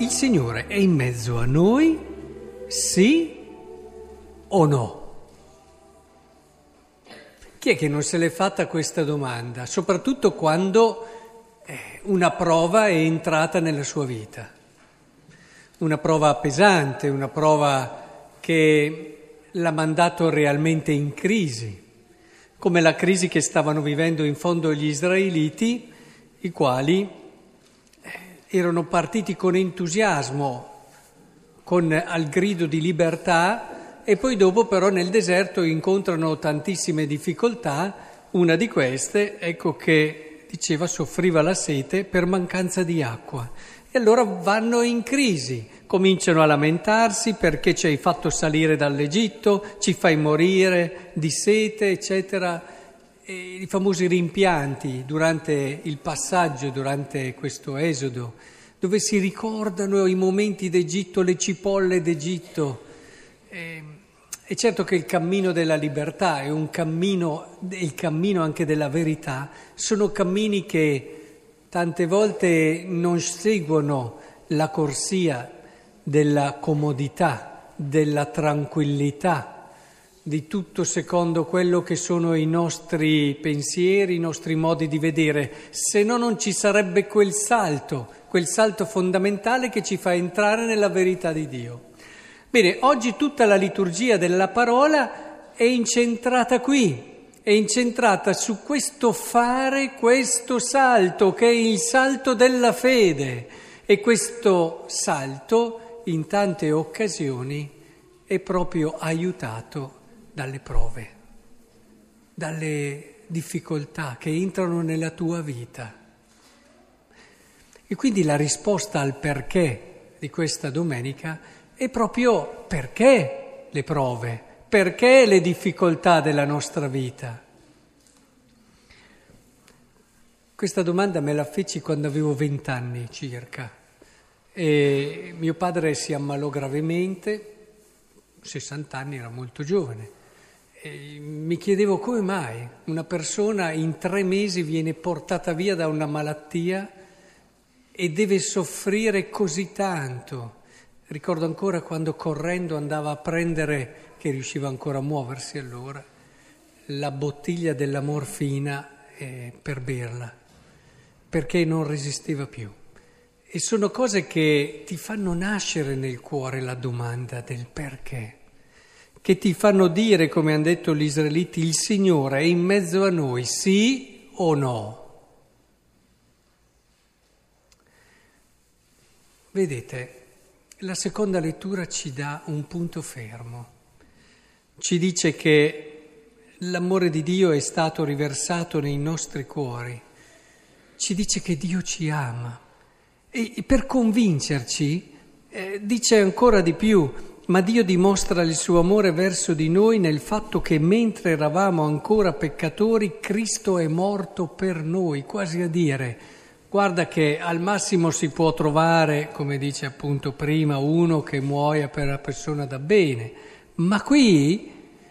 il Signore è in mezzo a noi, sì o no? Chi è che non se l'è fatta questa domanda? Soprattutto quando una prova è entrata nella sua vita. Una prova pesante, una prova che l'ha mandato realmente in crisi, come la crisi che stavano vivendo in fondo gli israeliti, i quali erano partiti con entusiasmo, al grido di libertà, e poi dopo però nel deserto incontrano tantissime difficoltà. Una di queste, ecco che diceva, soffriva la sete per mancanza di acqua. E allora vanno in crisi, cominciano a lamentarsi perché ci hai fatto salire dall'Egitto, ci fai morire di sete, eccetera. E i famosi rimpianti durante il passaggio, durante questo esodo, dove si ricordano i momenti d'Egitto, le cipolle d'Egitto. È certo che il cammino della libertà è un cammino, il cammino anche della verità, sono cammini che tante volte non seguono la corsia della comodità, della tranquillità, di tutto secondo quello che sono i nostri pensieri, i nostri modi di vedere, se no non ci sarebbe quel salto fondamentale che ci fa entrare nella verità di Dio. Bene, oggi tutta la liturgia della parola è incentrata qui. È incentrata su questo fare, questo salto, che è il salto della fede. E questo salto, in tante occasioni, è proprio aiutato dalle prove, dalle difficoltà che entrano nella tua vita. E quindi la risposta al perché di questa domenica è proprio perché le prove, perché le difficoltà della nostra vita. Questa domanda me la feci quando avevo 20 anni circa. E mio padre si ammalò gravemente, 60 anni, era molto giovane. E mi chiedevo come mai una persona in 3 mesi viene portata via da una malattia e deve soffrire così tanto. Ricordo ancora quando correndo andava a prendere, che riusciva ancora a muoversi allora, la bottiglia della morfina per berla, perché non resisteva più. E sono cose che ti fanno nascere nel cuore la domanda del perché, che ti fanno dire, come hanno detto gli israeliti, il Signore è in mezzo a noi, sì o no? Vedete, la seconda lettura ci dà un punto fermo. Ci dice che l'amore di Dio è stato riversato nei nostri cuori. Ci dice che Dio ci ama. E per convincerci, dice ancora di più, ma Dio dimostra il suo amore verso di noi nel fatto che mentre eravamo ancora peccatori, Cristo è morto per noi, quasi a dire, guarda che al massimo si può trovare, come dice appunto prima, uno che muoia per una persona da bene, ma qui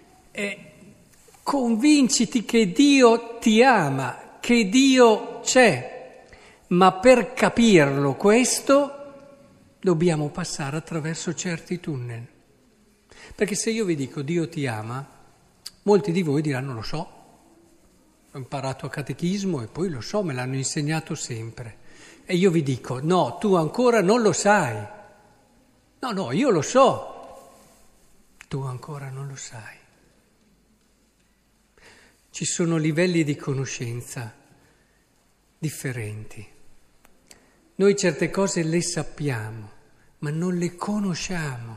convinciti che Dio ti ama, che Dio c'è, ma per capirlo questo dobbiamo passare attraverso certi tunnel. Perché se io vi dico Dio ti ama, molti di voi diranno lo so. Ho imparato a catechismo e poi lo so, me l'hanno insegnato sempre. E io vi dico, no, tu ancora non lo sai. No, io lo so. Tu ancora non lo sai. Ci sono livelli di conoscenza differenti. Noi certe cose le sappiamo, ma non le conosciamo.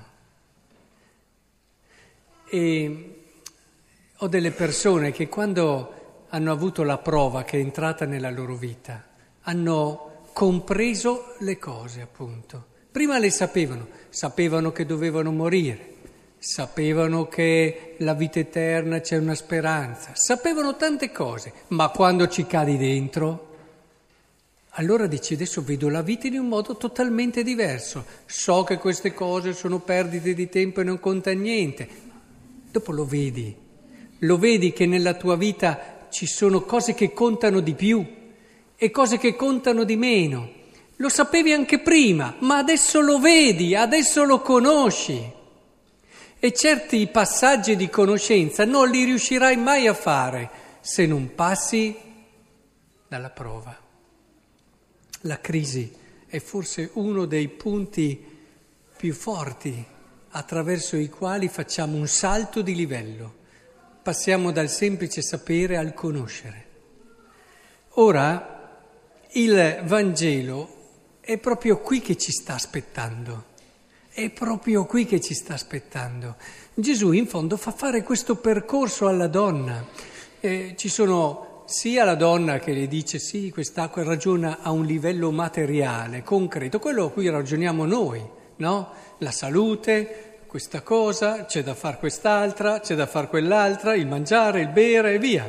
E ho delle persone che quando hanno avuto la prova che è entrata nella loro vita, hanno compreso le cose, appunto. Prima le sapevano che dovevano morire, sapevano che la vita eterna c'è una speranza, sapevano tante cose, ma quando ci cadi dentro, allora dici adesso vedo la vita in un modo totalmente diverso, so che queste cose sono perdite di tempo e non conta niente. Dopo lo vedi che nella tua vita ci sono cose che contano di più e cose che contano di meno. Lo sapevi anche prima, ma adesso lo vedi, adesso lo conosci. E certi passaggi di conoscenza non li riuscirai mai a fare se non passi dalla prova. La crisi è forse uno dei punti più forti attraverso i quali facciamo un salto di livello. Passiamo dal semplice sapere al conoscere. Ora, il Vangelo è proprio qui che ci sta aspettando. È proprio qui che ci sta aspettando. Gesù in fondo fa fare questo percorso alla donna. Ci sono sia la donna che le dice sì, quest'acqua ragiona a un livello materiale, concreto, quello a cui ragioniamo noi, no? La salute, questa cosa, c'è da fare quest'altra, c'è da fare quell'altra, il mangiare, il bere e via.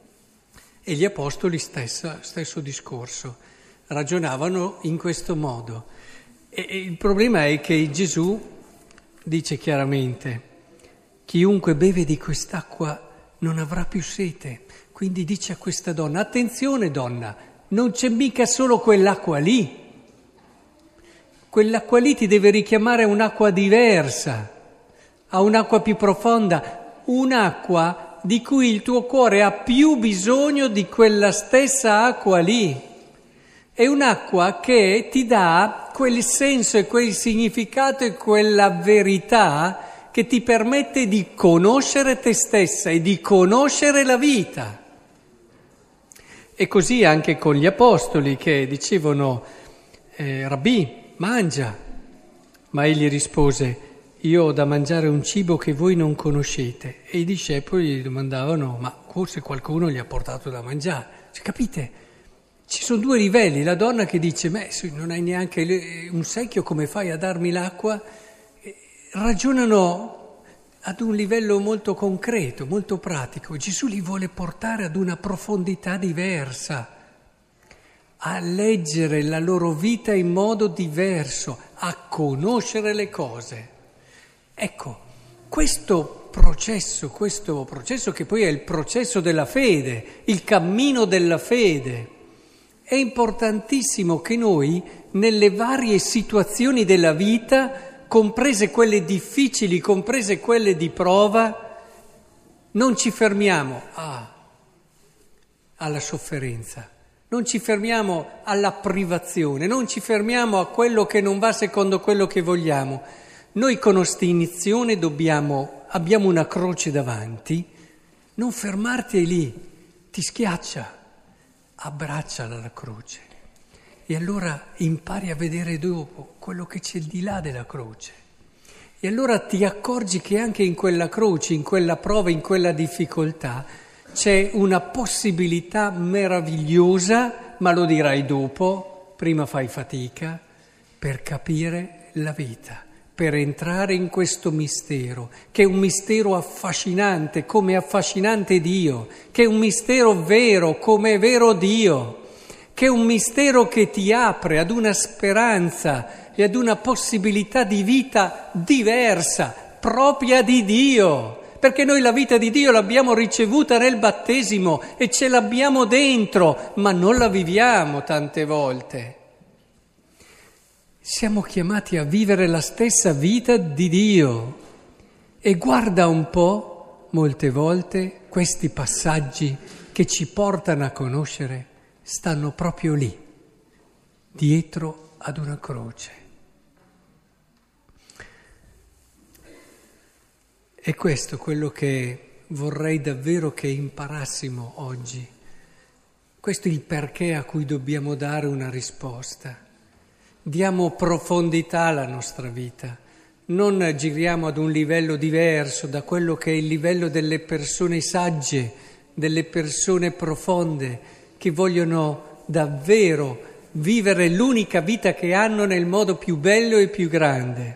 E gli apostoli stesso discorso, ragionavano in questo modo. E il problema è che Gesù dice chiaramente, chiunque beve di quest'acqua non avrà più sete. Quindi dice a questa donna, attenzione donna, non c'è mica solo quell'acqua lì. Quell'acqua lì ti deve richiamare a un'acqua diversa, a un'acqua più profonda, un'acqua di cui il tuo cuore ha più bisogno di quella stessa acqua lì. È un'acqua che ti dà quel senso e quel significato e quella verità che ti permette di conoscere te stessa e di conoscere la vita. E così anche con gli apostoli che dicevano, Rabbì, mangia. Ma egli rispose, io ho da mangiare un cibo che voi non conoscete. E i discepoli gli domandavano, ma forse qualcuno gli ha portato da mangiare. Cioè, capite? Ci sono due livelli. La donna che dice, non hai neanche un secchio, come fai a darmi l'acqua? Ragionano ad un livello molto concreto, molto pratico. Gesù li vuole portare ad una profondità diversa, a leggere la loro vita in modo diverso, a conoscere le cose. Ecco, questo processo che poi è il processo della fede, il cammino della fede, è importantissimo che noi, nelle varie situazioni della vita, comprese quelle difficili, comprese quelle di prova, non ci fermiamo alla sofferenza, non ci fermiamo alla privazione, non ci fermiamo a quello che non va secondo quello che vogliamo. Noi con ostinazione abbiamo una croce davanti, non fermarti lì, ti schiaccia, abbracciala la croce. E allora impari a vedere dopo quello che c'è di là della croce. E allora ti accorgi che anche in quella croce, in quella prova, in quella difficoltà, c'è una possibilità meravigliosa, ma lo dirai dopo, prima fai fatica, per capire la vita, per entrare in questo mistero, che è un mistero affascinante, come è affascinante Dio, che è un mistero vero, come è vero Dio, che è un mistero che ti apre ad una speranza e ad una possibilità di vita diversa, propria di Dio, perché noi la vita di Dio l'abbiamo ricevuta nel battesimo e ce l'abbiamo dentro, ma non la viviamo tante volte. Siamo chiamati a vivere la stessa vita di Dio e guarda un po', molte volte, questi passaggi che ci portano a conoscere stanno proprio lì, dietro ad una croce. E questo è quello che vorrei davvero che imparassimo oggi. Questo è il perché a cui dobbiamo dare una risposta. Diamo profondità alla nostra vita, non giriamo ad un livello diverso da quello che è il livello delle persone sagge, delle persone profonde, che vogliono davvero vivere l'unica vita che hanno nel modo più bello e più grande.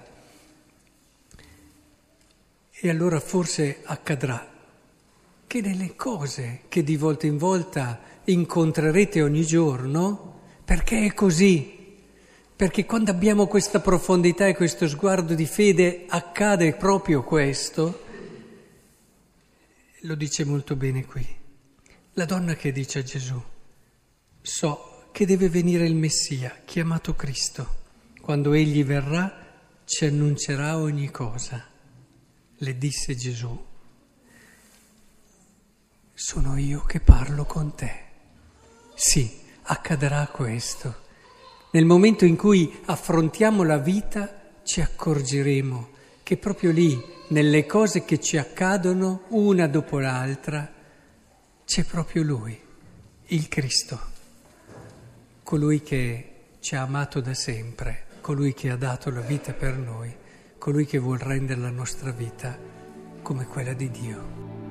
E allora forse accadrà che nelle cose che di volta in volta incontrerete ogni giorno, perché è così, perché quando abbiamo questa profondità e questo sguardo di fede accade proprio questo, lo dice molto bene qui. La donna che dice a Gesù, so che deve venire il Messia, chiamato Cristo. Quando Egli verrà ci annuncerà ogni cosa. Le disse Gesù: sono io che parlo con te. Sì, accadrà questo. Nel momento in cui affrontiamo la vita ci accorgeremo che proprio lì, nelle cose che ci accadono una dopo l'altra, c'è proprio Lui, il Cristo, colui che ci ha amato da sempre, colui che ha dato la vita per noi, colui che vuol rendere la nostra vita come quella di Dio.